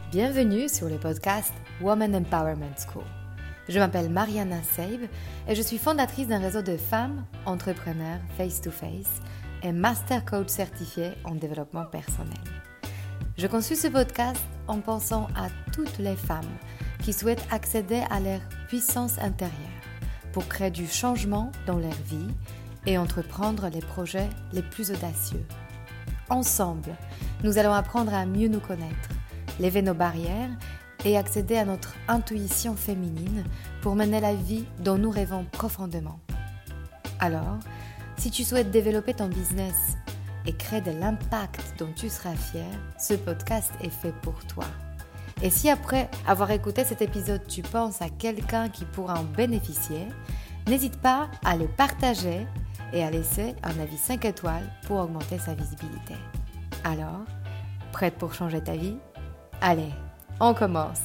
Bienvenue sur le podcast Women Empowerment School. Je m'appelle Mariana Seib et je suis fondatrice d'un réseau de femmes entrepreneurs face-to-face et master coach certifié en développement personnel. Je conçus ce podcast en pensant à toutes les femmes qui souhaitent accéder à leur puissance intérieure pour créer du changement dans leur vie et entreprendre les projets les plus audacieux. Ensemble, nous allons apprendre à mieux nous connaître, lever nos barrières et accéder à notre intuition féminine pour mener la vie dont nous rêvons profondément. Alors, si tu souhaites développer ton business et créer de l'impact dont tu seras fier, ce podcast est fait pour toi. Et si après avoir écouté cet épisode, tu penses à quelqu'un qui pourra en bénéficier, n'hésite pas à le partager et à laisser un avis 5 étoiles pour augmenter sa visibilité. Alors, prête pour changer ta vie ? Allez, on commence.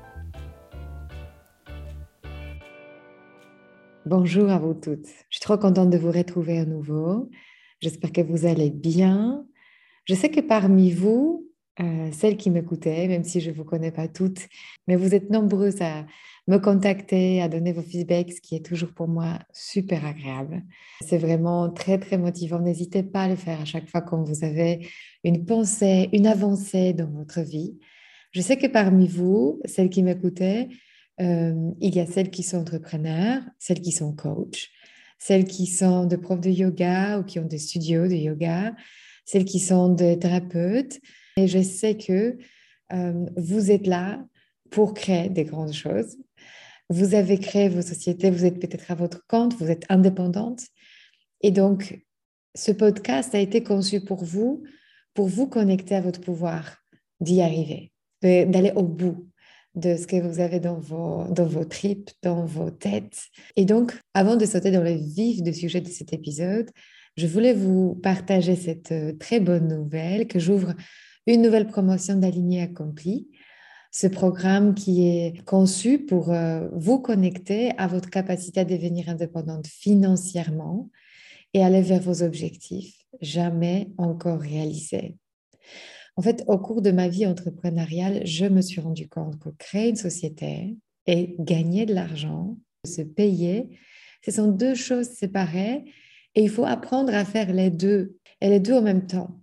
Bonjour à vous toutes. Je suis trop contente de vous retrouver à nouveau. J'espère que vous allez bien. Je sais que parmi vous, celles qui m'écoutaient, même si je ne vous connais pas toutes, mais vous êtes nombreuses à me contacter, à donner vos feedbacks, ce qui est toujours pour moi super agréable. C'est vraiment très, très motivant. N'hésitez pas à le faire à chaque fois quand vous avez une pensée, une avancée dans votre vie. Je sais que parmi vous, celles qui m'écoutaient, il y a celles qui sont entrepreneurs, celles qui sont coachs, celles qui sont de profs de yoga ou qui ont des studios de yoga, celles qui sont des thérapeutes. Et je sais que vous êtes là pour créer des grandes choses. Vous avez créé vos sociétés, vous êtes peut-être à votre compte, vous êtes indépendante. Et donc, ce podcast a été conçu pour vous connecter à votre pouvoir d'y arriver, d'aller au bout de ce que vous avez dans vos tripes, dans vos têtes. Et donc, avant de sauter dans le vif du sujet de cet épisode, je voulais vous partager cette très bonne nouvelle que j'ouvre une nouvelle promotion d'Aligné Accompli. Ce programme qui est conçu pour vous connecter à votre capacité à devenir indépendante financièrement et aller vers vos objectifs jamais encore réalisés. En fait, au cours de ma vie entrepreneuriale, je me suis rendu compte que créer une société et gagner de l'argent, se payer, ce sont deux choses séparées et il faut apprendre à faire les deux et les deux en même temps.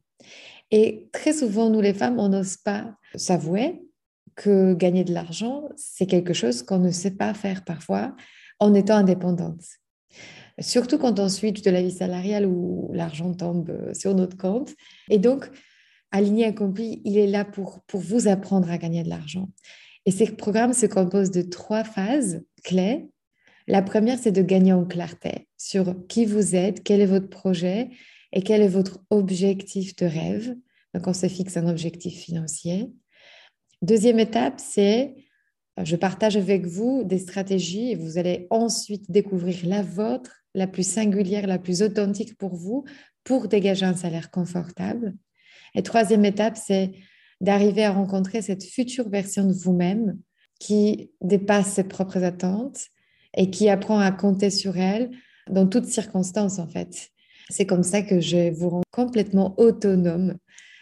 Et très souvent, nous les femmes, on n'ose pas s'avouer que gagner de l'argent, c'est quelque chose qu'on ne sait pas faire parfois en étant indépendante. Surtout quand on switch de la vie salariale où l'argent tombe sur notre compte. Et donc, Aligné Accompli, il est là pour vous apprendre à gagner de l'argent. Et ce programme se compose de 3 phases clés. La première, c'est de gagner en clarté sur qui vous êtes, quel est votre projet et quel est votre objectif de rêve. Donc, on se fixe un objectif financier. Deuxième étape, c'est je partage avec vous des stratégies et vous allez ensuite découvrir la vôtre, la plus singulière, la plus authentique pour vous, pour dégager un salaire confortable. Et troisième étape, c'est d'arriver à rencontrer cette future version de vous-même qui dépasse ses propres attentes et qui apprend à compter sur elle dans toutes circonstances, en fait. C'est comme ça que je vous rends complètement autonome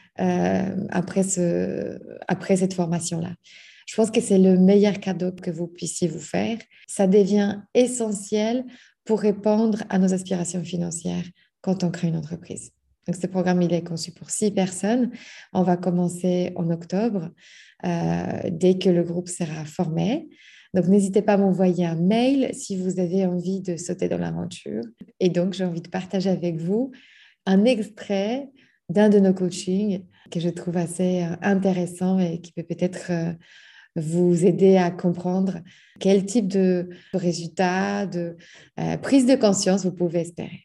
après cette formation-là. Je pense que c'est le meilleur cadeau que vous puissiez vous faire. Ça devient essentiel pour répondre à nos aspirations financières quand on crée une entreprise. Donc, ce programme, il est conçu pour 6 personnes. On va commencer en octobre, dès que le groupe sera formé. Donc, n'hésitez pas à m'envoyer un mail si vous avez envie de sauter dans l'aventure. Et donc, j'ai envie de partager avec vous un extrait d'un de nos coachings que je trouve assez intéressant et qui peut peut-être vous aider à comprendre quel type de résultat, de prise de conscience vous pouvez espérer.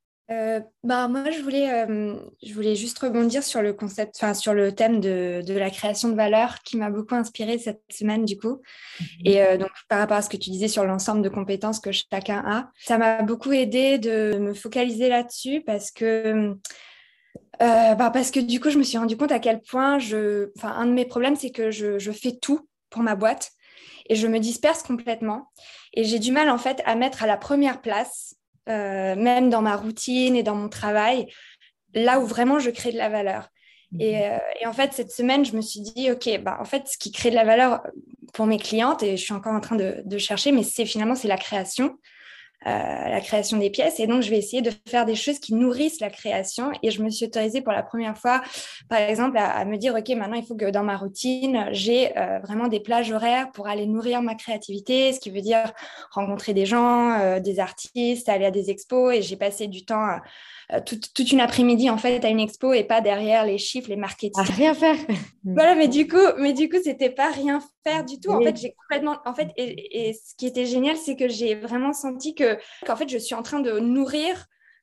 Moi, je voulais juste rebondir sur le concept, enfin sur le thème de la création de valeur qui m'a beaucoup inspirée cette semaine du coup. Et donc par rapport à ce que tu disais sur l'ensemble de compétences que chacun a, ça m'a beaucoup aidé de me focaliser là-dessus parce que du coup je me suis rendu compte à quel point un de mes problèmes c'est que je fais tout pour ma boîte et je me disperse complètement et j'ai du mal en fait à mettre à la première place. Même dans ma routine et dans mon travail, là où vraiment je crée de la valeur. Et en fait, cette semaine, je me suis dit, OK, bah, en fait, ce qui crée de la valeur pour mes clientes, et je suis encore en train de chercher, mais finalement, c'est la création des pièces. Et donc, je vais essayer de faire des choses qui nourrissent la création. Et je me suis autorisée pour la première fois, par exemple, à me dire, OK, maintenant, il faut que dans ma routine, j'ai vraiment des plages horaires pour aller nourrir ma créativité, ce qui veut dire rencontrer des gens, des artistes, aller à des expos. Et j'ai passé du temps, toute une après-midi, en fait, à une expo et pas derrière les chiffres, les À marketing. rien faire. Voilà, mais du coup, c'était pas rien faire du tout. En fait, j'ai complètement, en fait, et ce qui était génial, c'est que j'ai vraiment senti qu'en fait, je suis en train de nourrir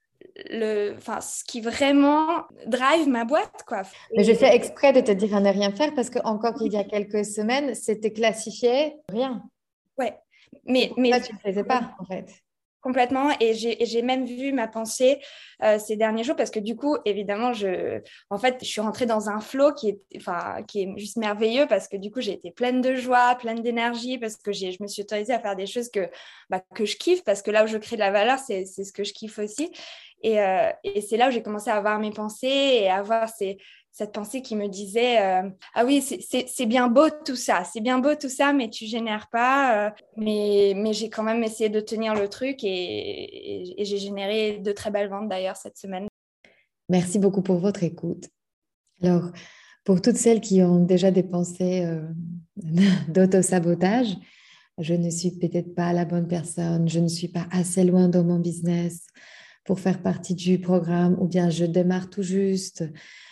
ce qui vraiment drive ma boîte, quoi. Mais je fais exprès de te dire à ne rien faire parce que encore qu'il y a quelques semaines, c'était classifié rien. Ouais, C'est mais, pour mais ça que tu ne le faisais pas, en fait. complètement. Et j'ai même vu ma pensée ces derniers jours parce que du coup, évidemment, en fait, je suis rentrée dans un flow qui est juste merveilleux parce que du coup, j'ai été pleine de joie, pleine d'énergie parce que je me suis autorisée à faire des choses que je kiffe parce que là où je crée de la valeur, c'est ce que je kiffe aussi. Et c'est là où j'ai commencé à avoir mes pensées et à avoir cette pensée qui me disait ah oui, c'est bien beau tout ça, c'est bien beau tout ça, mais tu génères pas. Mais j'ai quand même essayé de tenir le truc et j'ai généré de très belles ventes d'ailleurs cette semaine. Merci beaucoup pour votre écoute. Alors, pour toutes celles qui ont déjà des pensées d'auto-sabotage, je ne suis peut-être pas la bonne personne, je ne suis pas assez loin dans mon business pour faire partie du programme, ou bien je démarre tout juste,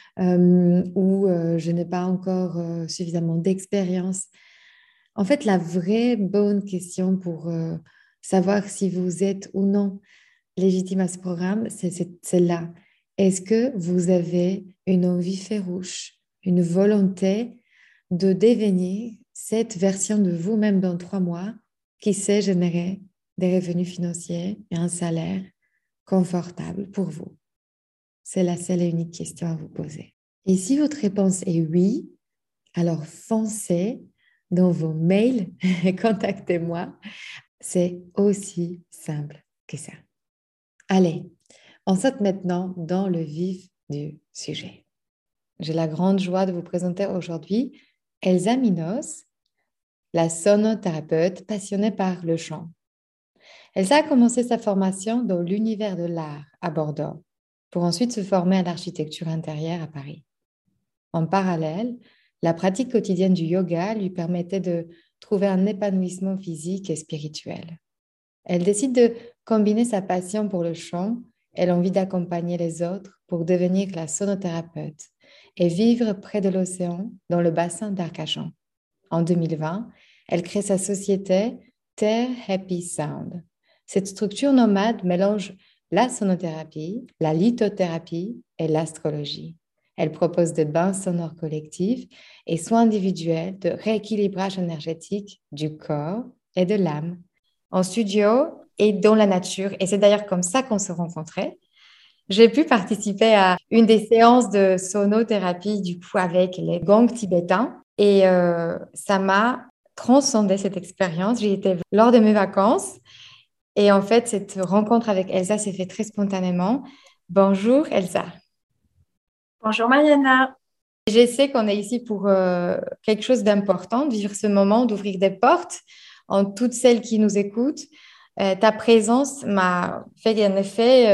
ou je n'ai pas encore suffisamment d'expérience. En fait, la vraie bonne question pour savoir si vous êtes ou non légitime à ce programme, c'est celle-là. Est-ce que vous avez une envie farouche, une volonté de devenir cette version de vous-même dans 3 mois qui sait générer des revenus financiers et un salaire confortable pour vous? C'est la seule et unique question à vous poser. Et si votre réponse est oui, alors foncez dans vos mails et contactez-moi. C'est aussi simple que ça. Allez, on saute maintenant dans le vif du sujet. J'ai la grande joie de vous présenter aujourd'hui Elsa Minos, la sonothérapeute passionnée par le chant. Elsa a commencé sa formation dans l'univers de l'art à Bordeaux pour ensuite se former à l'architecture intérieure à Paris. En parallèle, la pratique quotidienne du yoga lui permettait de trouver un épanouissement physique et spirituel. Elle décide de combiner sa passion pour le chant et l'envie d'accompagner les autres pour devenir la sonothérapeute et vivre près de l'océan dans le bassin d'Arcachon. En 2020, elle crée sa société Terre Happy Sound. Cette structure nomade mélange la sonothérapie, la lithothérapie et l'astrologie. Elle propose des bains sonores collectifs et soins individuels de rééquilibrage énergétique du corps et de l'âme en studio et dans la nature. Et c'est d'ailleurs comme ça qu'on se rencontrait. J'ai pu participer à une des séances de sonothérapie du coup avec les gongs tibétains et ça m'a transcendé cette expérience. J'y étais lors de mes vacances et en fait cette rencontre avec Elsa s'est faite très spontanément. Bonjour Elsa. Bonjour Mariana. Je sais qu'on est ici pour quelque chose d'important, de vivre ce moment, d'ouvrir des portes en toutes celles qui nous écoutent. Ta présence m'a fait un effet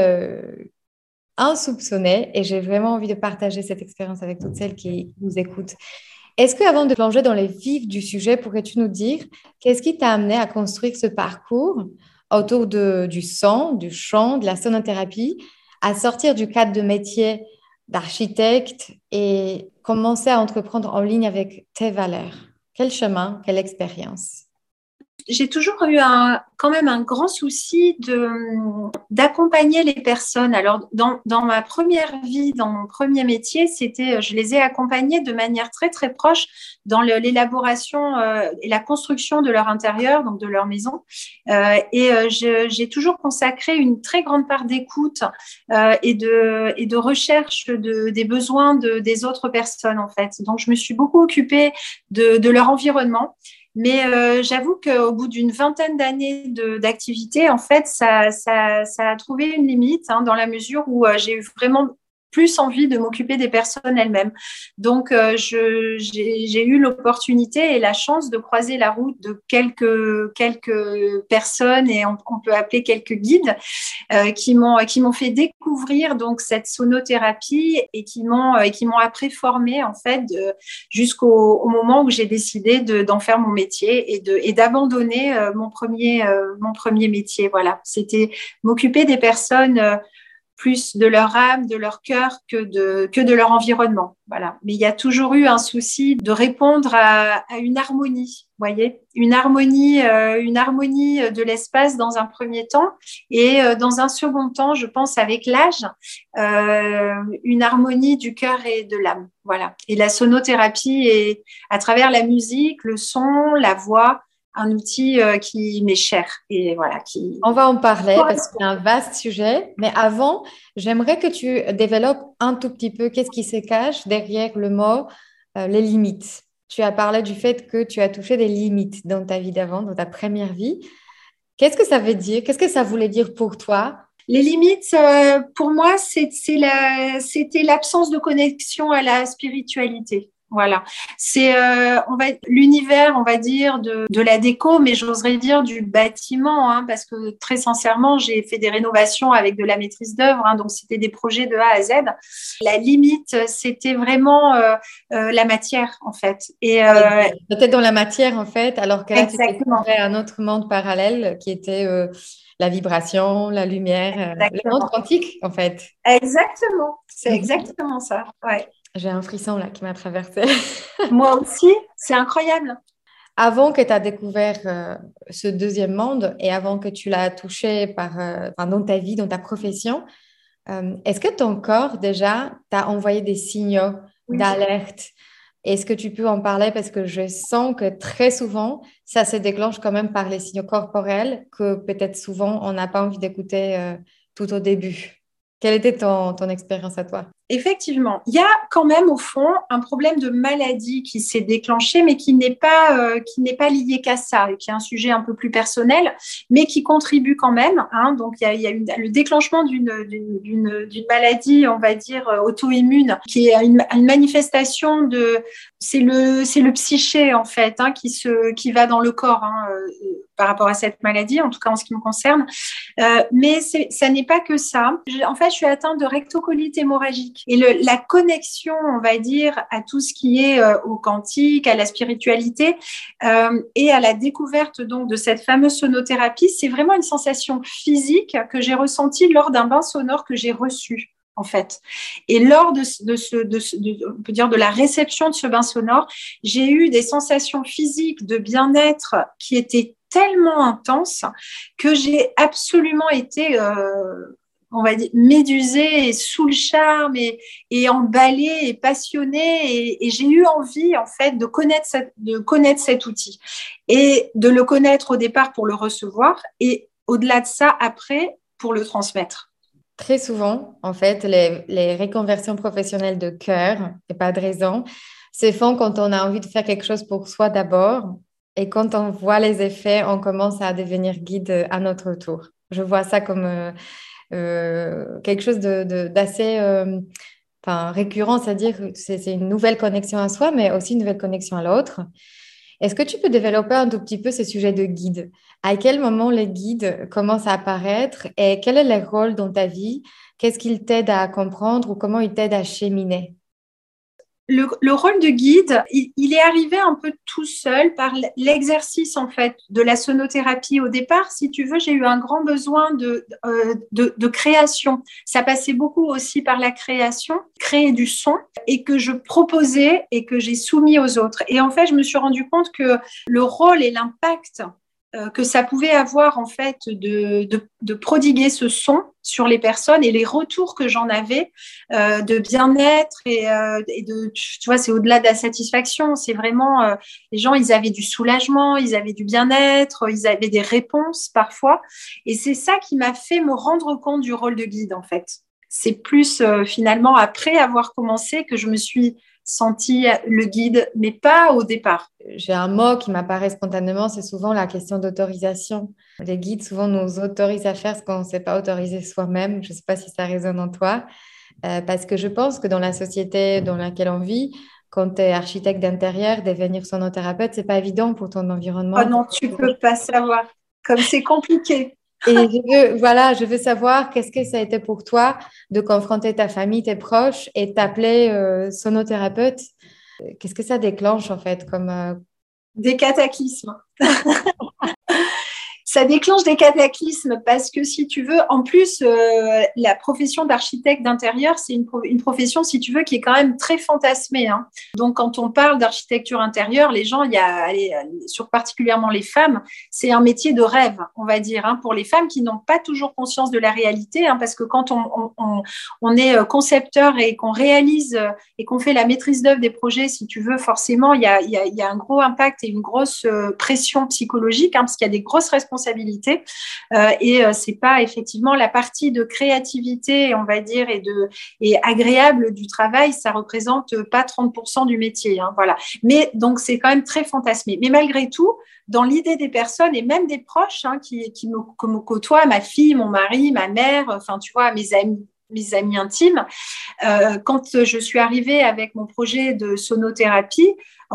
insoupçonné et j'ai vraiment envie de partager cette expérience avec toutes celles qui nous écoutent. Est-ce qu'avant de plonger dans les vifs du sujet, pourrais-tu nous dire qu'est-ce qui t'a amené à construire ce parcours autour du son, du chant, de la sonothérapie, à sortir du cadre de métier d'architecte et commencer à entreprendre en ligne avec tes valeurs? Quel chemin, quelle expérience? J'ai toujours eu quand même un grand souci d'accompagner les personnes. Alors, dans ma première vie, dans mon premier métier, je les ai accompagnées de manière très, très proche dans l'élaboration et la construction de leur intérieur, donc de leur maison. J'ai toujours consacré une très grande part d'écoute et de recherche des besoins des autres personnes, en fait. Donc, je me suis beaucoup occupée de leur environnement. Mais j'avoue qu'au bout d'une vingtaine d'années d'activité, en fait, ça a trouvé une limite dans la mesure où j'ai eu vraiment plus envie de m'occuper des personnes elles-mêmes. Donc, j'ai eu l'opportunité et la chance de croiser la route de quelques personnes, et on peut appeler quelques guides, qui m'ont fait découvrir donc cette sonothérapie, et qui m'ont après formée en fait jusqu'au moment où j'ai décidé d'en faire mon métier et d'abandonner mon premier métier. Voilà, c'était m'occuper des personnes plus de leur âme, de leur cœur que de leur environnement. Voilà. Mais il y a toujours eu un souci de répondre à une harmonie, voyez, une harmonie de l'espace dans un premier temps, et dans un second temps, je pense avec l'âge, une harmonie du cœur et de l'âme. Voilà. Et la sonothérapie est, à travers la musique, le son, la voix, un outil qui m'est cher, et voilà, qui... On va en parler parce que c'est un vaste sujet. Mais avant, j'aimerais que tu développes un tout petit peu qu'est-ce qui se cache derrière le mot les limites. Tu as parlé du fait que tu as touché des limites dans ta vie d'avant, dans ta première vie. Qu'est-ce que ça veut dire? Qu'est-ce que ça voulait dire pour toi? Les limites, pour moi, c'était l'absence de connexion à la spiritualité. Voilà, c'est l'univers, on va dire, de la déco, mais j'oserais dire du bâtiment, hein, parce que très sincèrement, j'ai fait des rénovations avec de la maîtrise d'œuvre, hein, donc c'était des projets de A à Z. La limite, c'était vraiment la matière, en fait. Et peut-être dans la matière, en fait, alors que là, tu exactement. découvrais un autre monde parallèle qui était la vibration, la lumière, le monde quantique, en fait. Exactement, c'est exactement ça. Ouais. J'ai un frisson là qui m'a traversé. Moi aussi, c'est incroyable. Avant que tu as découvert ce deuxième monde et avant que tu l'as touché dans ta vie, dans ta profession, est-ce que ton corps déjà t'a envoyé des signaux d'alerte? Est-ce que tu peux en parler? Parce que je sens que très souvent, ça se déclenche quand même par les signaux corporels que peut-être souvent on n'a pas envie d'écouter tout au début. Quelle était ton expérience à toi? Effectivement, il y a quand même au fond un problème de maladie qui s'est déclenché, mais qui n'est pas lié qu'à ça, et qui est un sujet un peu plus personnel, mais qui contribue quand même. Hein. Donc il y a eu le déclenchement d'une maladie, on va dire auto-immune, qui est une manifestation de, c'est le psyché en fait, hein, qui va dans le corps. Hein, par rapport à cette maladie, en tout cas en ce qui me concerne. Mais ça n'est pas que ça. En fait, je suis atteinte de rectocolite hémorragique. Et la connexion, on va dire, à tout ce qui est au quantique, à la spiritualité et à la découverte donc de cette fameuse sonothérapie, c'est vraiment une sensation physique que j'ai ressentie lors d'un bain sonore que j'ai reçu. En fait. Et lors on peut dire de la réception de ce bain sonore, j'ai eu des sensations physiques de bien-être qui étaient tellement intenses que j'ai absolument été, on va dire, médusée et sous le charme et emballée et passionnée. Et j'ai eu envie, en fait, de connaître cet outil et de le connaître au départ pour le recevoir et au-delà de ça, après, pour le transmettre. Très souvent, en fait, les reconversions professionnelles de cœur, et pas de raison, se font quand on a envie de faire quelque chose pour soi d'abord. Et quand on voit les effets, on commence à devenir guide à notre tour. Je vois ça comme quelque chose d'assez récurrent, c'est-à-dire que c'est une nouvelle connexion à soi, mais aussi une nouvelle connexion à l'autre. Est-ce que tu peux développer un tout petit peu ce sujet de guide? À quel moment les guides commencent à apparaître et quel est leur rôle dans ta vie? Qu'est-ce qu'ils t'aident à comprendre ou comment ils t'aident à cheminer? Le rôle de guide, il est arrivé un peu tout seul par l'exercice en fait de la sonothérapie. Au départ, si tu veux, j'ai eu un grand besoin de création. Ça passait beaucoup aussi par la création, créer du son et que je proposais et que j'ai soumis aux autres. Et en fait, je me suis rendu compte que le rôle et l'impact que ça pouvait avoir en fait de prodiguer ce son sur les personnes et les retours que j'en avais de bien-être et de, tu vois, c'est au-delà de la satisfaction, c'est vraiment les gens, ils avaient du soulagement, ils avaient du bien-être, ils avaient des réponses parfois et c'est ça qui m'a fait me rendre compte du rôle de guide en fait. C'est plus finalement après avoir commencé que je me suis senti le guide, mais pas au départ. J'ai un mot qui m'apparaît spontanément, c'est souvent la question d'autorisation. Les guides souvent nous autorisent à faire ce qu'on ne s'est pas autorisé soi-même. Je ne sais pas si ça résonne en toi, parce que je pense que dans la société dans laquelle on vit, quand tu es architecte d'intérieur, devenir sonothérapeute, c'est pas évident pour ton Oh environnement. non, tu peux pas savoir. Comme c'est compliqué. Et je veux savoir qu'est-ce que ça a été pour toi de confronter ta famille, tes proches et t'appeler sonothérapeute. Qu'est-ce que ça déclenche en fait comme Des cataclysmes. Ça déclenche des cataclysmes parce que si tu veux, en plus, la profession d'architecte d'intérieur, c'est une profession, si tu veux, qui est quand même très fantasmée, hein. Donc, quand on parle d'architecture intérieure, les gens, sur particulièrement les femmes, c'est un métier de rêve, on va dire, hein, pour les femmes qui n'ont pas toujours conscience de la réalité, hein, parce que quand on est concepteur et qu'on réalise et qu'on fait la maîtrise d'œuvre des projets, si tu veux, forcément, il y a un gros impact et une grosse pression psychologique, hein, parce qu'il y a des grosses responsabilités. C'est pas effectivement la partie de créativité, on va dire, et agréable du travail, ça représente pas 30% du métier, hein, voilà. Mais donc c'est quand même très fantasmé. Mais malgré tout, dans l'idée des personnes et même des proches, hein, qui me côtoient, ma fille, mon mari, ma mère, enfin tu vois, mes amis intimes, quand je suis arrivée avec mon projet de sonothérapie,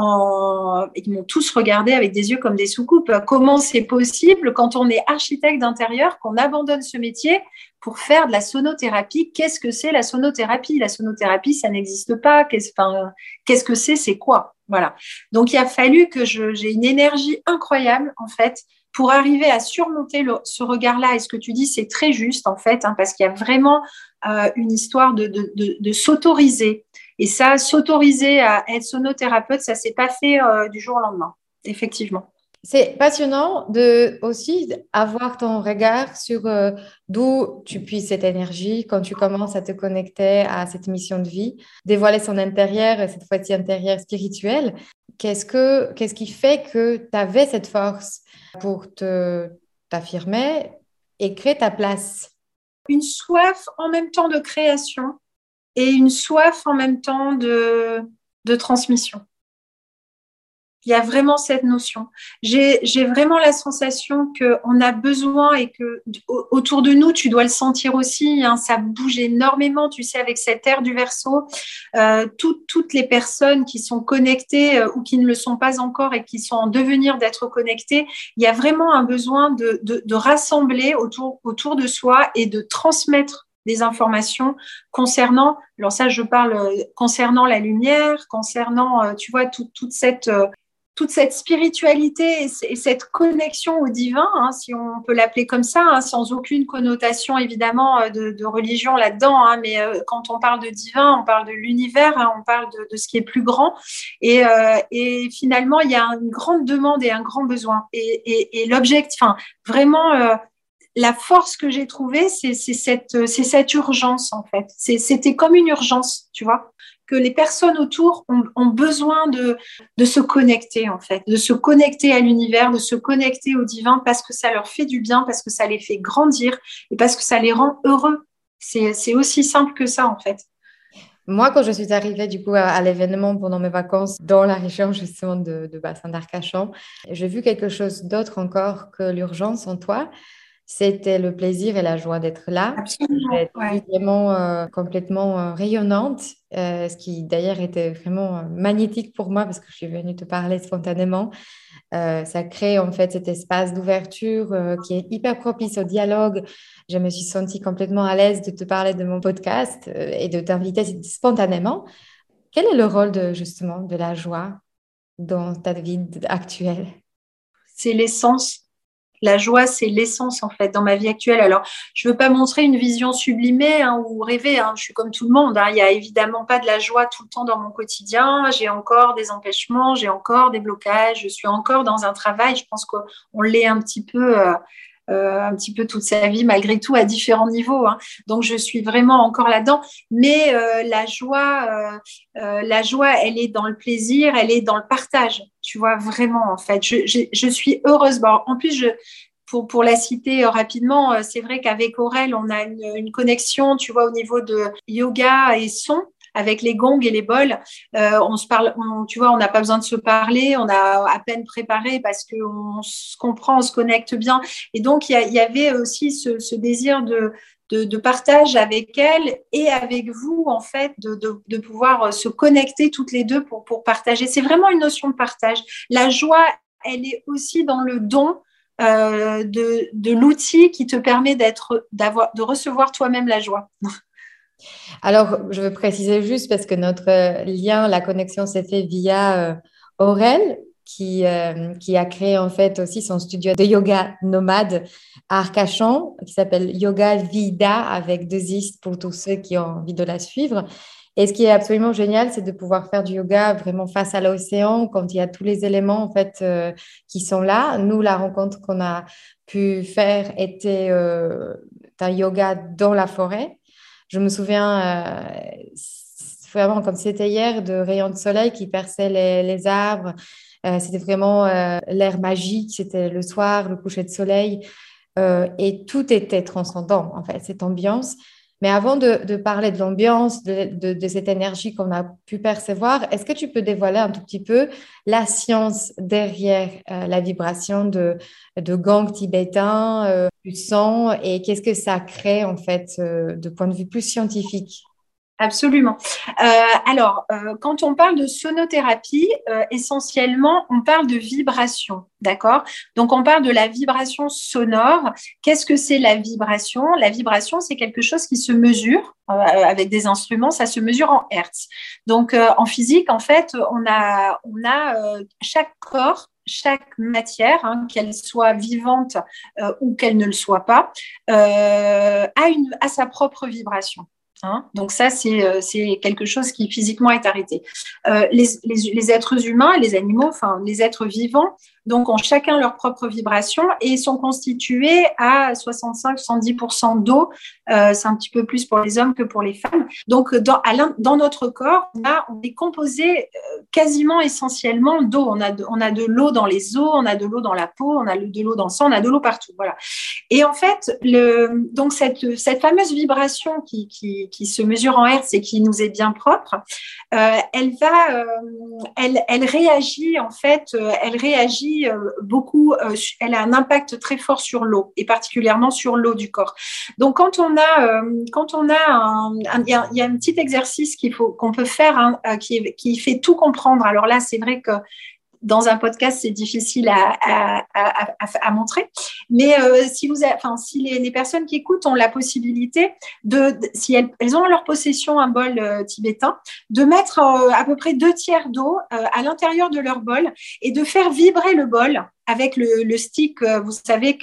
ils m'ont tous regardé avec des yeux comme des soucoupes. Comment c'est possible quand on est architecte d'intérieur, qu'on abandonne ce métier pour faire de la sonothérapie? Qu'est-ce que c'est la sonothérapie? La sonothérapie, ça n'existe pas. Qu'est-ce que c'est? C'est quoi? Voilà. Donc, il a fallu que j'ai une énergie incroyable, en fait, pour arriver à surmonter ce regard-là. Et ce que tu dis, c'est très juste, en fait, hein, parce qu'il y a vraiment une histoire de s'autoriser. Et ça, s'autoriser à être sonothérapeute, ça ne s'est pas fait du jour au lendemain, effectivement. C'est passionnant de aussi avoir ton regard sur d'où tu puisses cette énergie quand tu commences à te connecter à cette mission de vie, dévoiler son intérieur, et cette fois-ci intérieur spirituel. Qu'est-ce qui fait que tu avais cette force pour t'affirmer et créer ta place? Une soif en même temps de création et une soif en même temps de transmission. Il y a vraiment cette notion. J'ai vraiment la sensation qu'on a besoin et que autour de nous, tu dois le sentir aussi, hein, ça bouge énormément, tu sais, avec cette ère du Verseau. Toutes les personnes qui sont connectées ou qui ne le sont pas encore et qui sont en devenir d'être connectées, il y a vraiment un besoin de rassembler autour de soi et de transmettre des informations concernant, alors ça je parle concernant la lumière, concernant, tu vois, toute cette spiritualité et cette connexion au divin, hein, si on peut l'appeler comme ça, hein, sans aucune connotation évidemment de religion là-dedans, hein, mais quand on parle de divin, on parle de l'univers, hein, on parle de ce qui est plus grand. Et finalement, il y a une grande demande et un grand besoin. Et l'objectif, enfin, vraiment, la force que j'ai trouvée, c'est cette urgence, en fait. C'était comme une urgence, tu vois, que les personnes autour ont besoin de se connecter, en fait, de se connecter à l'univers, de se connecter au divin parce que ça leur fait du bien, parce que ça les fait grandir et parce que ça les rend heureux. C'est aussi simple que ça, en fait. Moi, quand je suis arrivée du coup à l'événement pendant mes vacances dans la région justement de Bassin d'Arcachon, j'ai vu quelque chose d'autre encore que l'urgence en toi. C'était le plaisir et la joie d'être là. Absolument, J'ai ouais. été vraiment complètement rayonnante, ce qui d'ailleurs était vraiment magnétique pour moi parce que je suis venue te parler spontanément. Ça crée en fait cet espace d'ouverture qui est hyper propice au dialogue. Je me suis sentie complètement à l'aise de te parler de mon podcast et de t'inviter spontanément. Quel est le rôle justement de la joie dans ta vie actuelle? C'est l'essence. La joie, c'est l'essence, en fait, dans ma vie actuelle. Alors, je ne veux pas montrer une vision sublimée, hein, ou rêver, hein. Je suis comme tout le monde, hein. Il n'y a évidemment pas de la joie tout le temps dans mon quotidien. J'ai encore des empêchements, j'ai encore des blocages, je suis encore dans un travail. Je pense qu'on l'est un petit peu toute sa vie, malgré tout, à différents niveaux, hein. Donc, je suis vraiment encore là-dedans. Mais la joie, elle est dans le plaisir, elle est dans le partage. Tu vois, vraiment, en fait. Je suis heureuse. Bon, en plus, pour la citer rapidement, c'est vrai qu'avec Aurel, on a une connexion, tu vois, au niveau de yoga et son. Avec les gongs et les bols, on se parle, tu vois, on n'a pas besoin de se parler, on a à peine préparé parce qu'on se comprend, on se connecte bien. Et donc, il y avait aussi ce désir de partage avec elle et avec vous, en fait, de pouvoir se connecter toutes les deux pour partager. C'est vraiment une notion de partage. La joie, elle est aussi dans le don de l'outil qui te permet de recevoir toi-même la joie. Alors, je veux préciser juste parce que notre lien, la connexion s'est fait via Aurel, qui a créé en fait aussi son studio de yoga nomade à Arcachon, qui s'appelle Yoga Vida avec 2 Is pour tous ceux qui ont envie de la suivre. Et ce qui est absolument génial, c'est de pouvoir faire du yoga vraiment face à l'océan, quand il y a tous les éléments en fait qui sont là. Nous, la rencontre qu'on a pu faire était un yoga dans la forêt. Je me souviens vraiment comme c'était hier de rayons de soleil qui perçaient les arbres. C'était vraiment l'air magique. C'était le soir, le coucher de soleil. Et tout était transcendant, en fait, cette ambiance. Mais avant de parler de l'ambiance, de cette énergie qu'on a pu percevoir, est-ce que tu peux dévoiler un tout petit peu la science derrière la vibration de gong tibétain, du sang, et qu'est-ce que ça crée, en fait, de point de vue plus scientifique? Absolument. Alors, quand on parle de sonothérapie, essentiellement, on parle de vibration, d'accord? Donc, on parle de la vibration sonore. Qu'est-ce que c'est la vibration? La vibration, c'est quelque chose qui se mesure avec des instruments, ça se mesure en hertz. Donc, en physique, en fait, on a chaque corps, chaque matière, hein, qu'elle soit vivante ou qu'elle ne le soit pas, a sa propre vibration. Hein, donc ça, c'est quelque chose qui physiquement est arrêté. Les êtres humains, les animaux, enfin les êtres vivants, donc ont chacun leur propre vibration et sont constitués à 65-70% d'eau. C'est un petit peu plus pour les hommes que pour les femmes. Donc dans notre corps, on est composé quasiment essentiellement d'eau. On a de l'eau dans les os, on a de l'eau dans la peau, on a de l'eau dans le sang, on a de l'eau partout. Voilà. Et en fait, donc cette fameuse vibration qui se mesure en hertz et qui nous est bien propre, elle réagit en fait, elle réagit beaucoup, elle a un impact très fort sur l'eau et particulièrement sur l'eau du corps. Donc quand on a il y a un petit exercice qu'on peut faire hein, qui fait tout comprendre. Alors là, c'est vrai que dans un podcast, c'est difficile à montrer. Mais si les personnes qui écoutent ont la possibilité si elles ont en leur possession un bol tibétain, de mettre à peu près 2/3 d'eau à l'intérieur de leur bol et de faire vibrer le bol avec le stick, vous savez,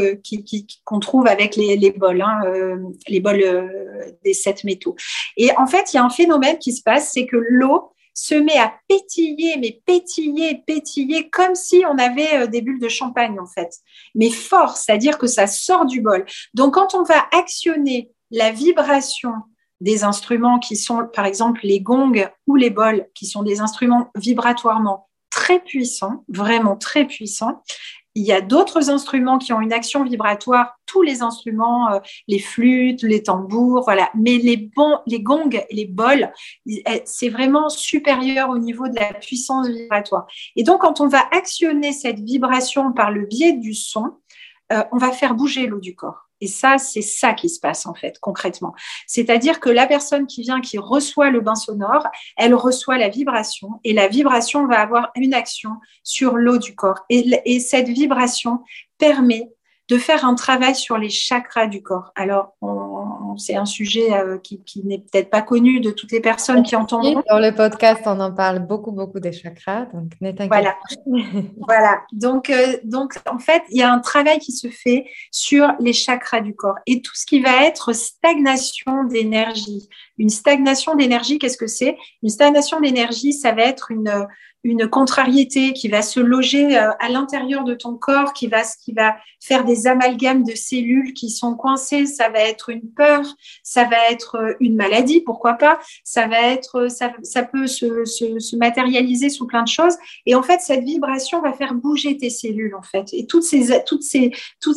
qu'on trouve avec les bols, hein, les bols des 7 métaux. Et en fait, il y a un phénomène qui se passe, c'est que l'eau se met à pétiller, mais pétiller, comme si on avait des bulles de champagne, en fait. Mais fort, c'est-à-dire que ça sort du bol. Donc, quand on va actionner la vibration des instruments qui sont, par exemple, les gongs ou les bols, qui sont des instruments vibratoirement très puissants, vraiment très puissants, il y a d'autres instruments qui ont une action vibratoire, tous les instruments, les flûtes, les tambours, voilà. Mais les gongs et les bols, c'est vraiment supérieur au niveau de la puissance vibratoire. Et donc, quand on va actionner cette vibration par le biais du son, on va faire bouger l'eau du corps. Et ça, c'est ça qui se passe en fait, concrètement. C'est-à-dire que la personne qui reçoit le bain sonore, elle reçoit la vibration et la vibration va avoir une action sur l'eau du corps. Et cette vibration permet de faire un travail sur les chakras du corps. Alors, c'est un sujet qui n'est peut-être pas connu de toutes les personnes qui entendront. Dans le podcast, on en parle beaucoup des chakras, donc ne t'inquiète pas. Voilà. Donc, en fait, il y a un travail qui se fait sur les chakras du corps et tout ce qui va être stagnation d'énergie. Une stagnation d'énergie, qu'est-ce que c'est? Une stagnation d'énergie, ça va être une contrariété qui va se loger à l'intérieur de ton corps, qui va faire des amalgames de cellules qui sont coincées. Ça va être une peur, ça va être une maladie, pourquoi pas. Ça peut se matérialiser sous plein de choses. Et en fait, cette vibration va faire bouger tes cellules, en fait. Et toutes ces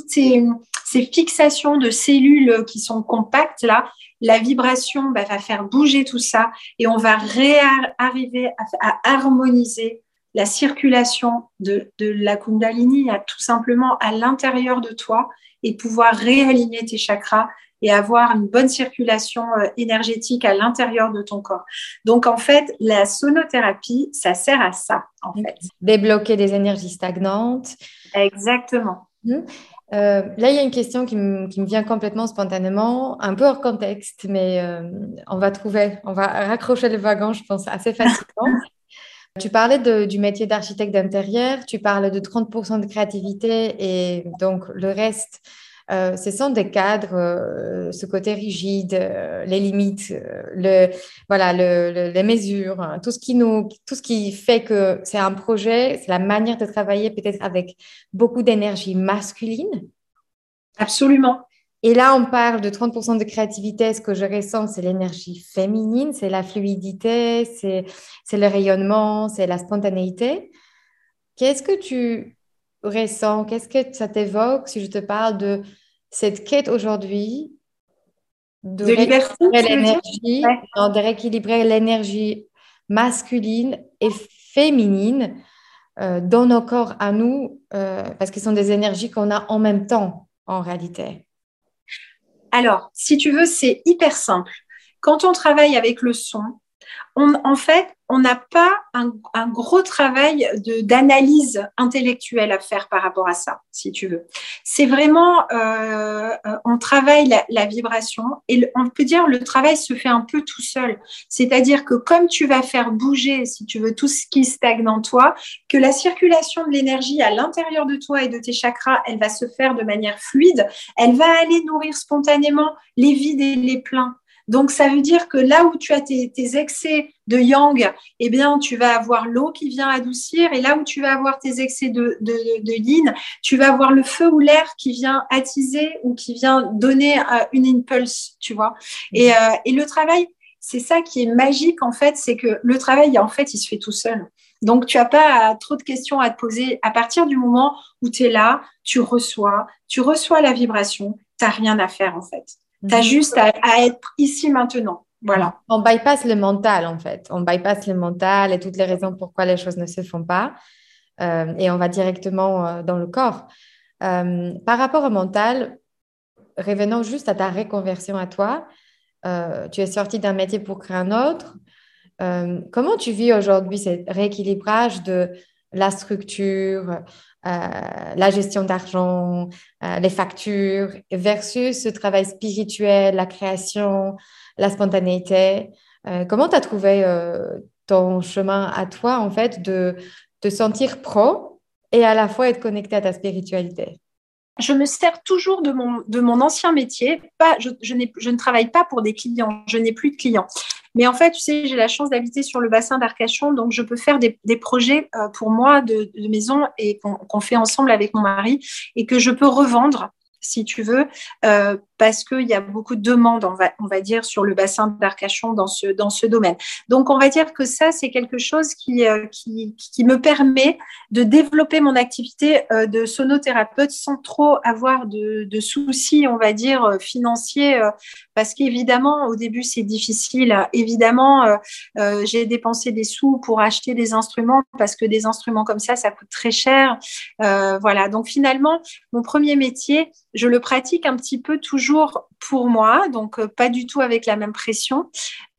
fixations de cellules qui sont compactes là, la vibration va faire bouger tout ça et on va arriver à harmoniser la circulation de la Kundalini tout simplement à l'intérieur de toi et pouvoir réaligner tes chakras et avoir une bonne circulation énergétique à l'intérieur de ton corps. Donc, en fait, la sonothérapie, ça sert à ça, en fait. Débloquer des énergies stagnantes. Exactement. Là, il y a une question qui me vient complètement spontanément, un peu hors contexte, mais on va raccrocher le wagon, je pense, assez facilement. Tu parlais du métier d'architecte d'intérieur, tu parles de 30% de créativité et donc le reste, ce sont des cadres, ce côté rigide, les limites, les mesures, hein, tout ce qui fait que c'est un projet, c'est la manière de travailler peut-être avec beaucoup d'énergie masculine. Absolument. Et là, on parle de 30% de créativité. Ce que je ressens, c'est l'énergie féminine, c'est la fluidité, c'est le rayonnement, c'est la spontanéité. Qu'est-ce que tu ressens? Qu'est-ce que ça t'évoque si je te parle de cette quête aujourd'hui de liberté, de rééquilibrer l'énergie masculine et féminine dans nos corps à nous, parce que ce sont des énergies qu'on a en même temps, en réalité. Alors, si tu veux, c'est hyper simple. Quand on travaille avec le son, en fait, on n'a pas un gros travail d'analyse intellectuelle à faire par rapport à ça, si tu veux. C'est vraiment, on travaille la vibration et on peut dire le travail se fait un peu tout seul. C'est-à-dire que comme tu vas faire bouger, si tu veux, tout ce qui stagne en toi, que la circulation de l'énergie à l'intérieur de toi et de tes chakras, elle va se faire de manière fluide, elle va aller nourrir spontanément les vides et les pleins. Donc, ça veut dire que là où tu as tes excès de yang, eh bien, tu vas avoir l'eau qui vient adoucir. Et là où tu vas avoir tes excès de yin, tu vas avoir le feu ou l'air qui vient attiser ou qui vient donner une impulse, tu vois. Et le travail, c'est ça qui est magique, en fait, c'est que le travail, en fait, il se fait tout seul. Donc, tu n'as pas trop de questions à te poser. À partir du moment où tu es là, tu reçois la vibration, tu n'as rien à faire, en fait. Tu as juste à être ici maintenant. Voilà. On bypasse le mental, en fait. On bypasse le mental et toutes les raisons pourquoi les choses ne se font pas. Et on va directement dans le corps. Par rapport au mental, revenons juste à ta reconversion à toi. Tu es sortie d'un métier pour créer un autre. Comment tu vis aujourd'hui ce rééquilibrage de la structure, la gestion d'argent, les factures, versus ce travail spirituel, la création, la spontanéité? Comment tu as trouvé ton chemin à toi, en fait, de te sentir pro et à la fois être connecté à ta spiritualité? Je me sers toujours de mon ancien métier. Je ne travaille pas pour des clients. Je n'ai plus de clients. Mais en fait, tu sais, j'ai la chance d'habiter sur le bassin d'Arcachon, donc je peux faire des projets pour moi de maison et qu'on fait ensemble avec mon mari et que je peux revendre, si tu veux, parce qu'il y a beaucoup de demandes, on va dire, sur le bassin d'Arcachon dans ce domaine. Donc, on va dire que ça, c'est quelque chose qui me permet de développer mon activité de sonothérapeute sans trop avoir de soucis, on va dire, financiers, parce qu'évidemment, au début, c'est difficile. Évidemment, j'ai dépensé des sous pour acheter des instruments parce que des instruments comme ça coûte très cher. Voilà. Donc, finalement, mon premier métier, je le pratique un petit peu toujours pour moi, donc pas du tout avec la même pression.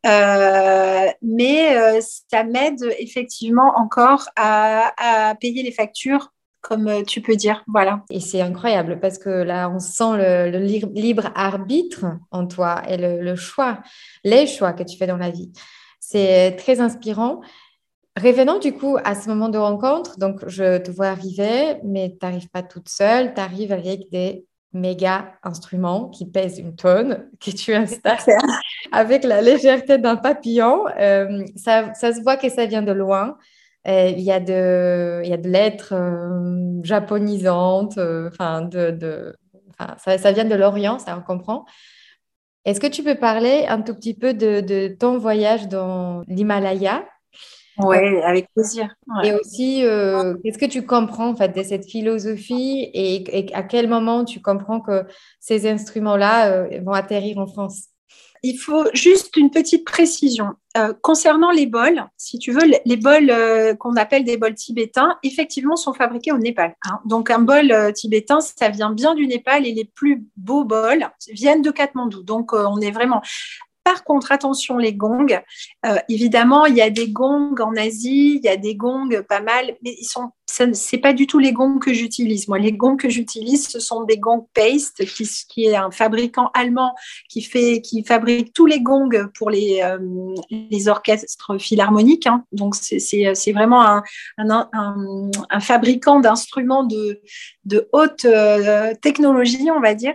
Mais ça m'aide effectivement encore à payer les factures, comme tu peux dire. Voilà. Et c'est incroyable parce que là, on sent le libre arbitre en toi et les choix que tu fais dans la vie. C'est très inspirant. Revenons du coup à ce moment de rencontre. Donc, je te vois arriver, mais tu n'arrives pas toute seule. Tu arrives avec des méga instruments qui pèsent une tonne, que tu installes avec la légèreté d'un papillon. Ça se voit que ça vient de loin. Il y a de lettres japonisantes. Ça vient de l'Orient, ça on comprend. Est-ce que tu peux parler un tout petit peu de ton voyage dans l'Himalaya? Oui, avec plaisir. Ouais. Et aussi, qu'est-ce que tu comprends en fait, de cette philosophie et à quel moment tu comprends que ces instruments-là vont atterrir en France? Il faut juste une petite précision. concernant les bols, si tu veux, les bols qu'on appelle des bols tibétains, effectivement, sont fabriqués au Népal. Hein. Donc, un bol tibétain, ça vient bien du Népal et les plus beaux bols viennent de Katmandou. Donc, on est vraiment… Par contre, attention, les gongs. Évidemment, il y a des gongs en Asie, il y a des gongs pas mal, mais c'est pas du tout les gongs que j'utilise. Moi, les gongs que j'utilise, ce sont des gongs Paste, qui est un fabricant allemand qui fabrique tous les gongs pour les orchestres philharmoniques. Hein. Donc, c'est vraiment un fabricant d'instruments de haute technologie, on va dire.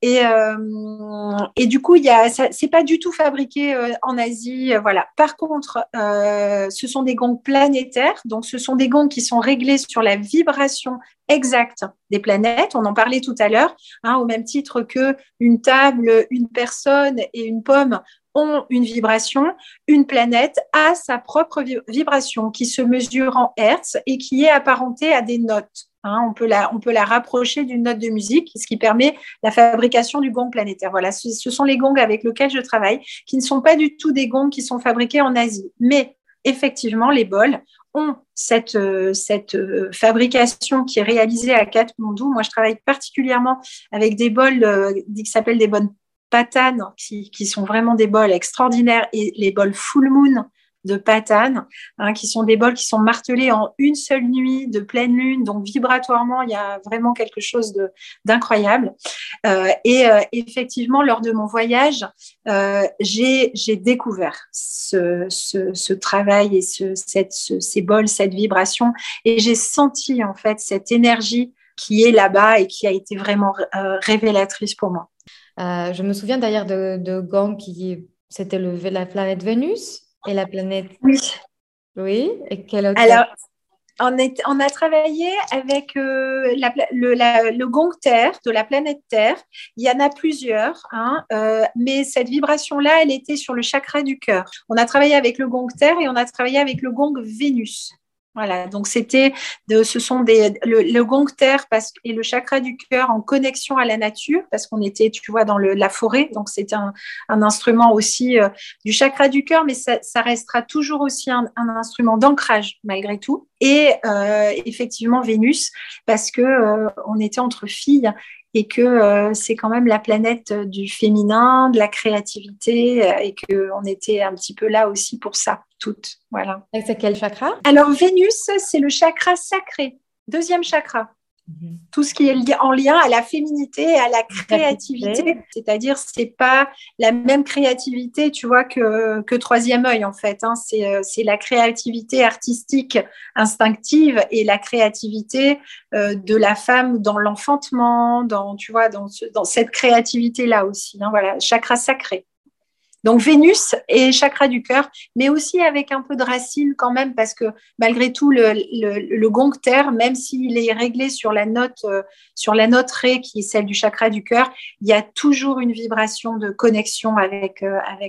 Et du coup, c'est pas du tout fabriqué en Asie. Voilà. Par contre, ce sont des gongs planétaires. Donc, ce sont des gongs qui sont réglés sur la vibration exacte des planètes. On en parlait tout à l'heure, hein, au même titre que une table, une personne et une pomme ont une vibration. Une planète a sa propre vibration qui se mesure en hertz et qui est apparentée à des notes. Hein, on peut la rapprocher d'une note de musique, ce qui permet la fabrication du gong planétaire. Voilà, ce sont les gongs avec lesquels je travaille, qui ne sont pas du tout des gongs qui sont fabriqués en Asie. Mais effectivement, les bols ont cette fabrication qui est réalisée à Katmandou. Moi, je travaille particulièrement avec des bols qui s'appellent des bols Patan, qui sont vraiment des bols extraordinaires, et les bols Full Moon de Patan, hein, qui sont des bols qui sont martelés en une seule nuit de pleine lune, donc vibratoirement, il y a vraiment quelque chose d'incroyable. Effectivement, lors de mon voyage, j'ai découvert ce travail et ces bols, cette vibration, et j'ai senti en fait cette énergie qui est là-bas et qui a été vraiment révélatrice pour moi. Je me souviens d'ailleurs de Gong c'était la planète Vénus et la planète… Oui. Oui, et quelle autre… Alors, on a travaillé avec le gong Terre, de la planète Terre. Il y en a plusieurs, hein, mais cette vibration-là, elle était sur le chakra du cœur. On a travaillé avec le gong Terre et on a travaillé avec le gong Vénus. Voilà, donc ce sont le gong Terre et le chakra du cœur en connexion à la nature, parce qu'on était, tu vois, dans la forêt, donc c'était un instrument aussi du chakra du cœur, mais ça restera toujours aussi un instrument d'ancrage malgré tout. Et effectivement Vénus, parce que on était entre filles et que c'est quand même la planète du féminin, de la créativité, et qu'on était un petit peu là aussi pour ça, toutes. Voilà. Et c'est quel chakra? Alors, Vénus, c'est le chakra sacré, deuxième chakra. Tout ce qui est en lien à la féminité, à la créativité, c'est-à-dire c'est pas la même créativité, tu vois, que troisième œil en fait. Hein. C'est la créativité artistique instinctive et la créativité de la femme dans l'enfantement, dans cette créativité là aussi. Hein. Voilà, chakra sacré. Donc Vénus et chakra du cœur, mais aussi avec un peu de racine quand même, parce que malgré tout, le gong Terre, même s'il est réglé sur la note Ré, qui est celle du chakra du cœur, il y a toujours une vibration de connexion avec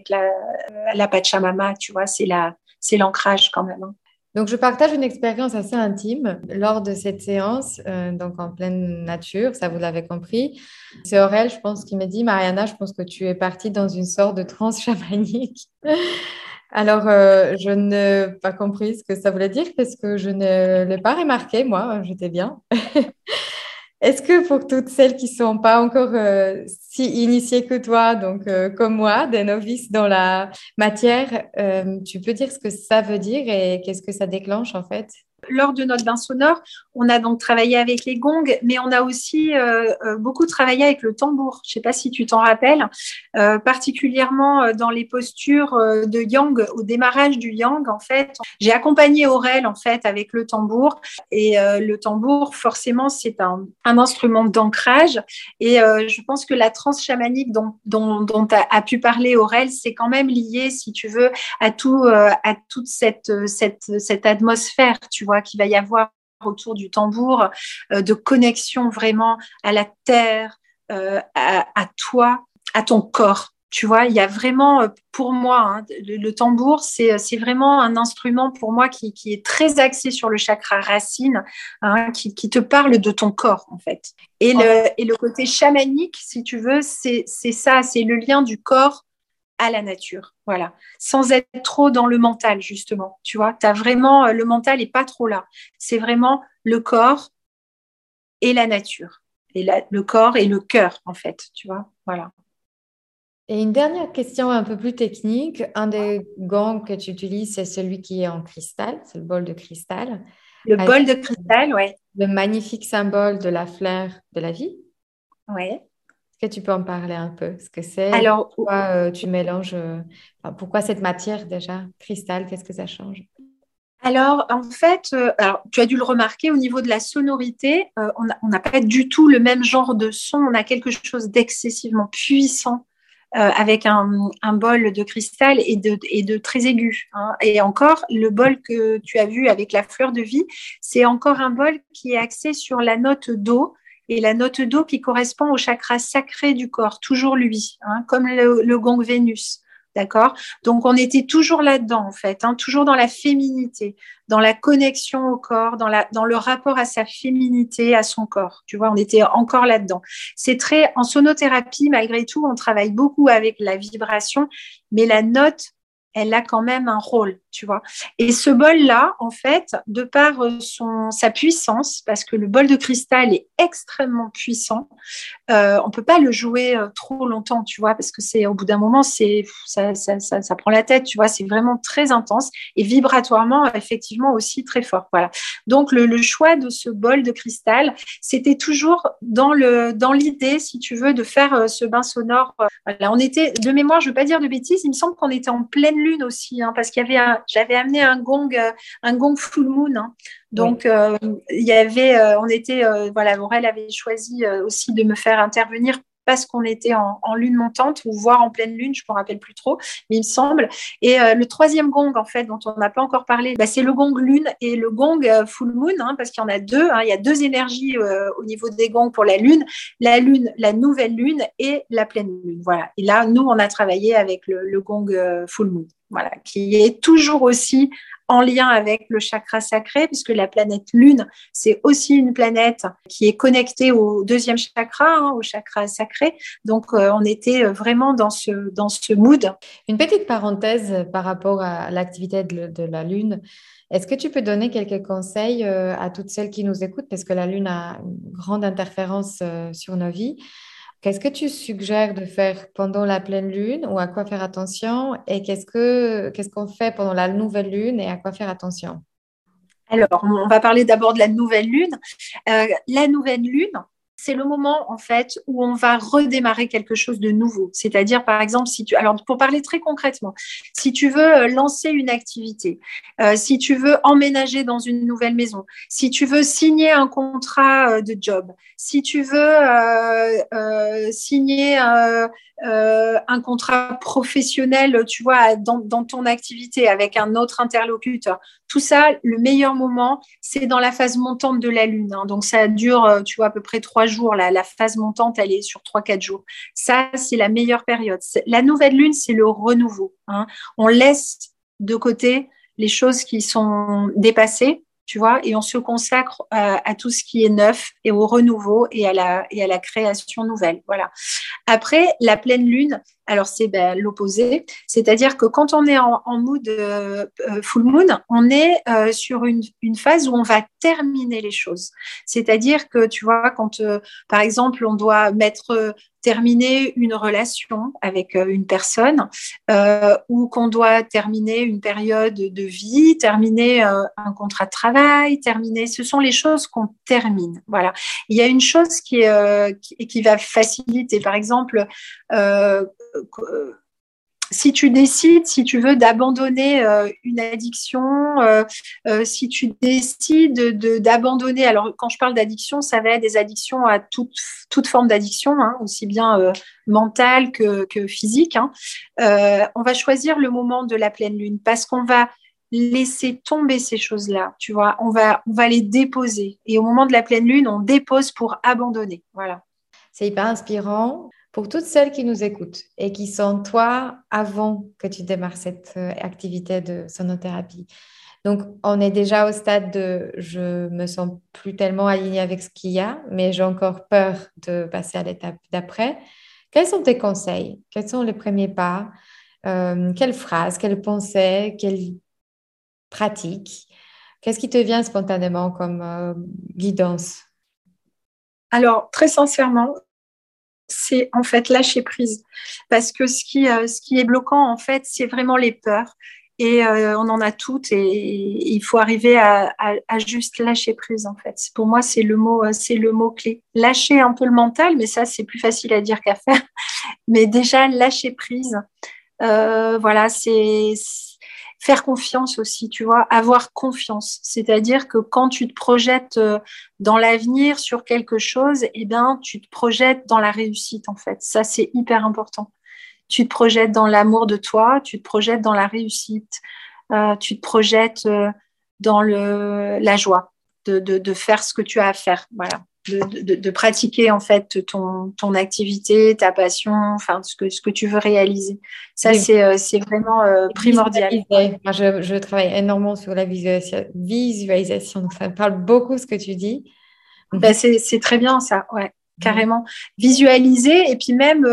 la Pachamama, tu vois, c'est l'ancrage quand même. Hein. Donc, je partage une expérience assez intime lors de cette séance, donc en pleine nature, ça vous l'avez compris. C'est Aurel, je pense, qui m'a dit, Mariana, je pense que tu es partie dans une sorte de transe chamanique. Alors, je n'ai pas compris ce que ça voulait dire parce que je ne l'ai pas remarqué, moi, j'étais bien. Est-ce que pour toutes celles qui ne sont pas encore si initiées que toi, donc comme moi, des novices dans la matière, tu peux dire ce que ça veut dire et qu'est-ce que ça déclenche en fait? Lors de notre bain sonore, on a donc travaillé avec les gongs, mais on a aussi beaucoup travaillé avec le tambour. Je ne sais pas si tu t'en rappelles, particulièrement dans les postures de yang, au démarrage du yang, en fait. J'ai accompagné Aurel, en fait, avec le tambour. Et le tambour, forcément, c'est un instrument d'ancrage. Et je pense que la transe chamanique dont a pu parler Aurel, c'est quand même lié, si tu veux, à toute cette atmosphère, tu vois, qu'il va y avoir autour du tambour, de connexion vraiment à la terre, à toi, à ton corps. Tu vois, il y a vraiment, pour moi, hein, le tambour, c'est vraiment un instrument pour moi qui est très axé sur le chakra racine, hein, qui te parle de ton corps, en fait. Et le côté chamanique, si tu veux, c'est ça, c'est le lien du corps à la nature, voilà, sans être trop dans le mental, justement, tu vois, t'as vraiment, le mental est pas trop là, c'est vraiment le corps et la nature, et le corps et le cœur, en fait, tu vois, voilà. Et une dernière question un peu plus technique. Un des gangs que tu utilises, c'est celui qui est en cristal, c'est le bol de cristal, Le avec bol de cristal, ouais, le magnifique symbole de la fleur de la vie. ouais. Est-ce que tu peux en parler un peu? Ce que c'est et Alors, pourquoi tu mélanges, enfin, pourquoi cette matière déjà, cristal, qu'est-ce que ça change? en fait, alors, tu as dû le remarquer au niveau de la sonorité, on n'a pas du tout le même genre de son. On a quelque chose d'excessivement puissant avec un bol de cristal et de très aigu, hein. Et encore, le bol que tu as vu avec la fleur de vie, c'est encore un bol qui est axé sur la note do. Et la note do qui correspond au chakra sacré du corps, toujours lui, hein, comme le gong Vénus. D'accord? Donc, on était toujours là-dedans, en fait, hein, toujours dans la féminité, dans la connexion au corps, dans le rapport à sa féminité, à son corps. Tu vois, on était encore là-dedans. C'est très, en sonothérapie, malgré tout, on travaille beaucoup avec la vibration, mais la note, elle a quand même un rôle, tu vois. Et ce bol-là, en fait, de par sa puissance, parce que le bol de cristal est extrêmement puissant, on peut pas le jouer trop longtemps, tu vois, parce que c'est au bout d'un moment, ça prend la tête, tu vois, c'est vraiment très intense et vibratoirement, effectivement, aussi très fort. Voilà. Donc, le choix de ce bol de cristal, c'était toujours dans l'idée, si tu veux, de faire ce bain sonore. Voilà. On était, de mémoire, je ne veux pas dire de bêtises, il me semble qu'on était en pleine lune aussi, hein, parce qu'il y avait j'avais amené un gong full moon, hein. Oui. Donc, il y avait, on était, voilà, Aurel avait choisi aussi de me faire intervenir parce qu'on était en lune montante ou voire en pleine lune, je ne me rappelle plus trop, mais il me semble. Et le troisième gong, en fait, dont on n'a pas encore parlé, bah, c'est le gong lune et le gong full moon, hein, parce qu'il y en a deux, hein, il y a deux énergies au niveau des gongs pour la lune, la nouvelle lune et la pleine lune. Voilà. Et là, nous, on a travaillé avec le gong full moon, voilà, qui est toujours aussi en lien avec le chakra sacré, puisque la planète Lune, c'est aussi une planète qui est connectée au deuxième chakra, hein, au chakra sacré. Donc, on était vraiment dans ce mood. Une petite parenthèse par rapport à l'activité de la Lune. Est-ce que tu peux donner quelques conseils à toutes celles qui nous écoutent, parce que la Lune a une grande interférence sur nos vies. Qu'est-ce que tu suggères de faire pendant la pleine lune ou à quoi faire attention? Et qu'est-ce qu'on fait pendant la nouvelle lune et à quoi faire attention? Alors, on va parler d'abord de la nouvelle lune. La nouvelle lune, c'est le moment en fait où on va redémarrer quelque chose de nouveau. C'est-à-dire, par exemple, alors pour parler très concrètement, si tu veux lancer une activité, si tu veux emménager dans une nouvelle maison, si tu veux signer un contrat de job, si tu veux signer un contrat professionnel, tu vois, dans ton activité avec un autre interlocuteur. Tout ça, le meilleur moment, c'est dans la phase montante de la Lune, hein. Donc, ça dure, tu vois, à peu près 3 jours. La phase montante, elle est sur 3, 4 jours. Ça, c'est la meilleure période. La nouvelle Lune, c'est le renouveau, hein. On laisse de côté les choses qui sont dépassées, tu vois, et on se consacre à tout ce qui est neuf et au renouveau et à la création nouvelle. Voilà. Après, la pleine lune, alors c'est l'opposé, c'est-à-dire que quand on est en mood full moon, on est sur une phase où on va terminer les choses. C'est-à-dire que, tu vois, quand, par exemple, on doit terminer une relation avec une personne ou qu'on doit terminer une période de vie, terminer un contrat de travail, ce sont les choses qu'on termine. Voilà. Il y a une chose qui va faciliter, par exemple, si tu décides, si tu veux, d'abandonner une addiction, si tu décides d'abandonner, alors quand je parle d'addiction, ça va être des addictions à toute forme d'addiction, hein, aussi bien mentale que physique, hein. On va choisir le moment de la pleine lune parce qu'on va laisser tomber ces choses-là, tu vois, on va les déposer. Et au moment de la pleine lune, on dépose pour abandonner. Voilà. C'est hyper inspirant pour toutes celles qui nous écoutent et qui sont toi avant que tu démarres cette activité de sonothérapie. Donc, on est déjà au stade de je me sens plus tellement alignée avec ce qu'il y a, mais j'ai encore peur de passer à l'étape d'après. Quels sont tes conseils? Quels sont les premiers pas? quelle phrase, quelle pensée, quelle pratique? Qu'est-ce qui te vient spontanément comme guidance? Alors, très sincèrement, c'est en fait lâcher prise. Parce que ce qui est bloquant, en fait, c'est vraiment les peurs. Et on en a toutes et il faut arriver à juste lâcher prise, en fait. Pour moi, c'est le mot clé. Lâcher un peu le mental, mais ça, c'est plus facile à dire qu'à faire. Mais déjà, lâcher prise. Voilà, c'est faire confiance aussi, tu vois, avoir confiance. C'est-à-dire que quand tu te projettes dans l'avenir sur quelque chose, eh bien, tu te projettes dans la réussite, en fait. Ça, c'est hyper important. Tu te projettes dans l'amour de toi, tu te projettes dans la réussite, tu te projettes dans la joie de faire ce que tu as à faire. Voilà. De pratiquer en fait ton activité, ta passion, enfin ce que tu veux réaliser. Ça, c'est vraiment primordial. Visualiser. Moi, je travaille énormément sur la visualisation, donc ça me parle beaucoup ce que tu dis. Ben, c'est très bien ça, ouais, carrément. Visualiser et puis même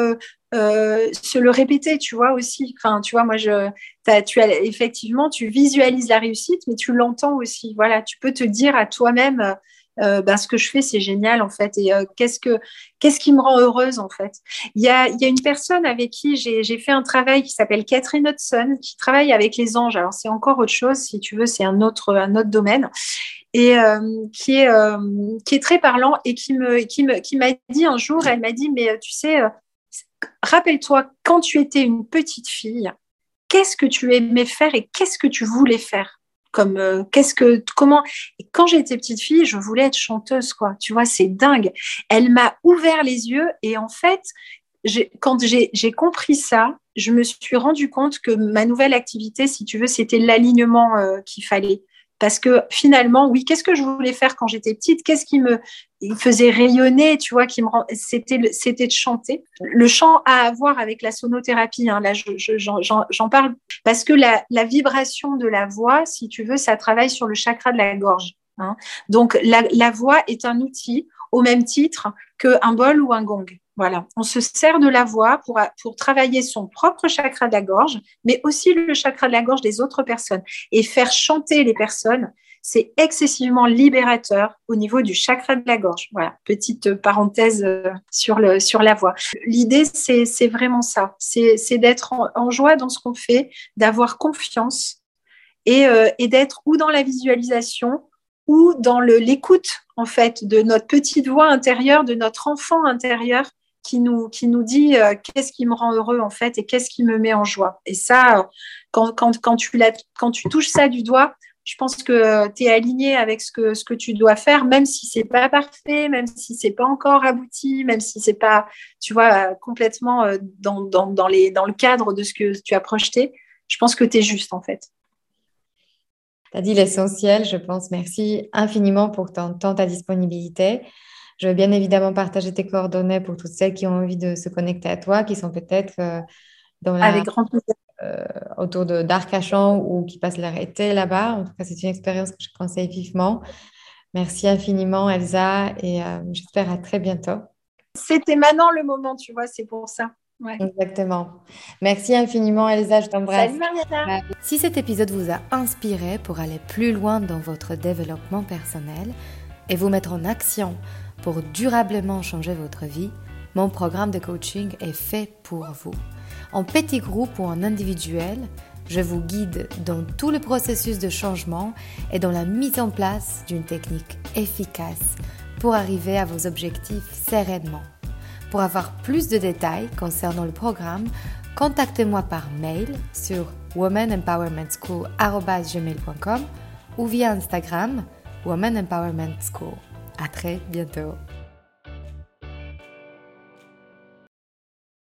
se le répéter, tu vois aussi. Enfin, tu vois, moi, effectivement, tu visualises la réussite, mais tu l'entends aussi. Voilà, tu peux te dire à toi-même, ben, ce que je fais, c'est génial en fait. Et qu'est-ce qui me rend heureuse en fait. Il y a une personne avec qui j'ai fait un travail qui s'appelle Catherine Hudson, qui travaille avec les anges. Alors, c'est encore autre chose, si tu veux, c'est un autre domaine. Et qui est très parlant et qui m'a dit un jour, elle m'a dit, mais tu sais, rappelle-toi, quand tu étais une petite fille, qu'est-ce que tu aimais faire et qu'est-ce que tu voulais faire comme comment. Et quand j'étais petite fille, je voulais être chanteuse, quoi. Tu vois, c'est dingue. Elle m'a ouvert les yeux et en fait, quand j'ai compris ça, je me suis rendu compte que ma nouvelle activité, si tu veux, c'était l'alignement qu'il fallait. Parce que finalement, oui, qu'est-ce que je voulais faire quand j'étais petite? Qu'est-ce qui me faisait rayonner, tu vois, c'était de chanter. Le chant a à voir avec la sonothérapie, hein, là, j'en parle parce que la vibration de la voix, si tu veux, ça travaille sur le chakra de la gorge. Hein. Donc, la voix est un outil au même titre qu'un bol ou un gong. Voilà, on se sert de la voix pour travailler son propre chakra de la gorge, mais aussi le chakra de la gorge des autres personnes. Et faire chanter les personnes, c'est excessivement libérateur au niveau du chakra de la gorge. Voilà, petite parenthèse sur la voix. L'idée, c'est vraiment ça, c'est d'être en joie dans ce qu'on fait, d'avoir confiance et d'être ou dans la visualisation ou dans l'écoute, en fait, de notre petite voix intérieure, de notre enfant intérieur qui nous dit qu'est-ce qui me rend heureux, en fait, et qu'est-ce qui me met en joie. Et ça, quand tu touches ça du doigt, je pense que tu es aligné avec ce que tu dois faire, même si c'est pas parfait, même si c'est pas encore abouti, même si c'est pas, tu vois, complètement dans le cadre de ce que tu as projeté. Je pense que tu es juste, en fait. Tu as dit l'essentiel, je pense. Merci infiniment pour ton temps, ta disponibilité. Je vais bien évidemment partager tes coordonnées pour toutes celles qui ont envie de se connecter à toi, qui sont peut-être Avec grand plaisir. Autour d'Arcachon ou qui passent leur été là-bas. En tout cas, c'est une expérience que je conseille vivement. Merci infiniment, Elsa, et j'espère à très bientôt. C'était maintenant le moment, tu vois, c'est pour ça. Ouais. Exactement. Merci infiniment, Elsa, je t'embrasse. Salut, Mariana. Si cet épisode vous a inspiré pour aller plus loin dans votre développement personnel et vous mettre en action pour durablement changer votre vie, mon programme de coaching est fait pour vous. En petit groupe ou en individuel, je vous guide dans tout le processus de changement et dans la mise en place d'une technique efficace pour arriver à vos objectifs sereinement. Pour avoir plus de détails concernant le programme, contactez-moi par mail sur womanempowermentschool@gmail.com ou via Instagram Woman Empowerment School. À très bientôt.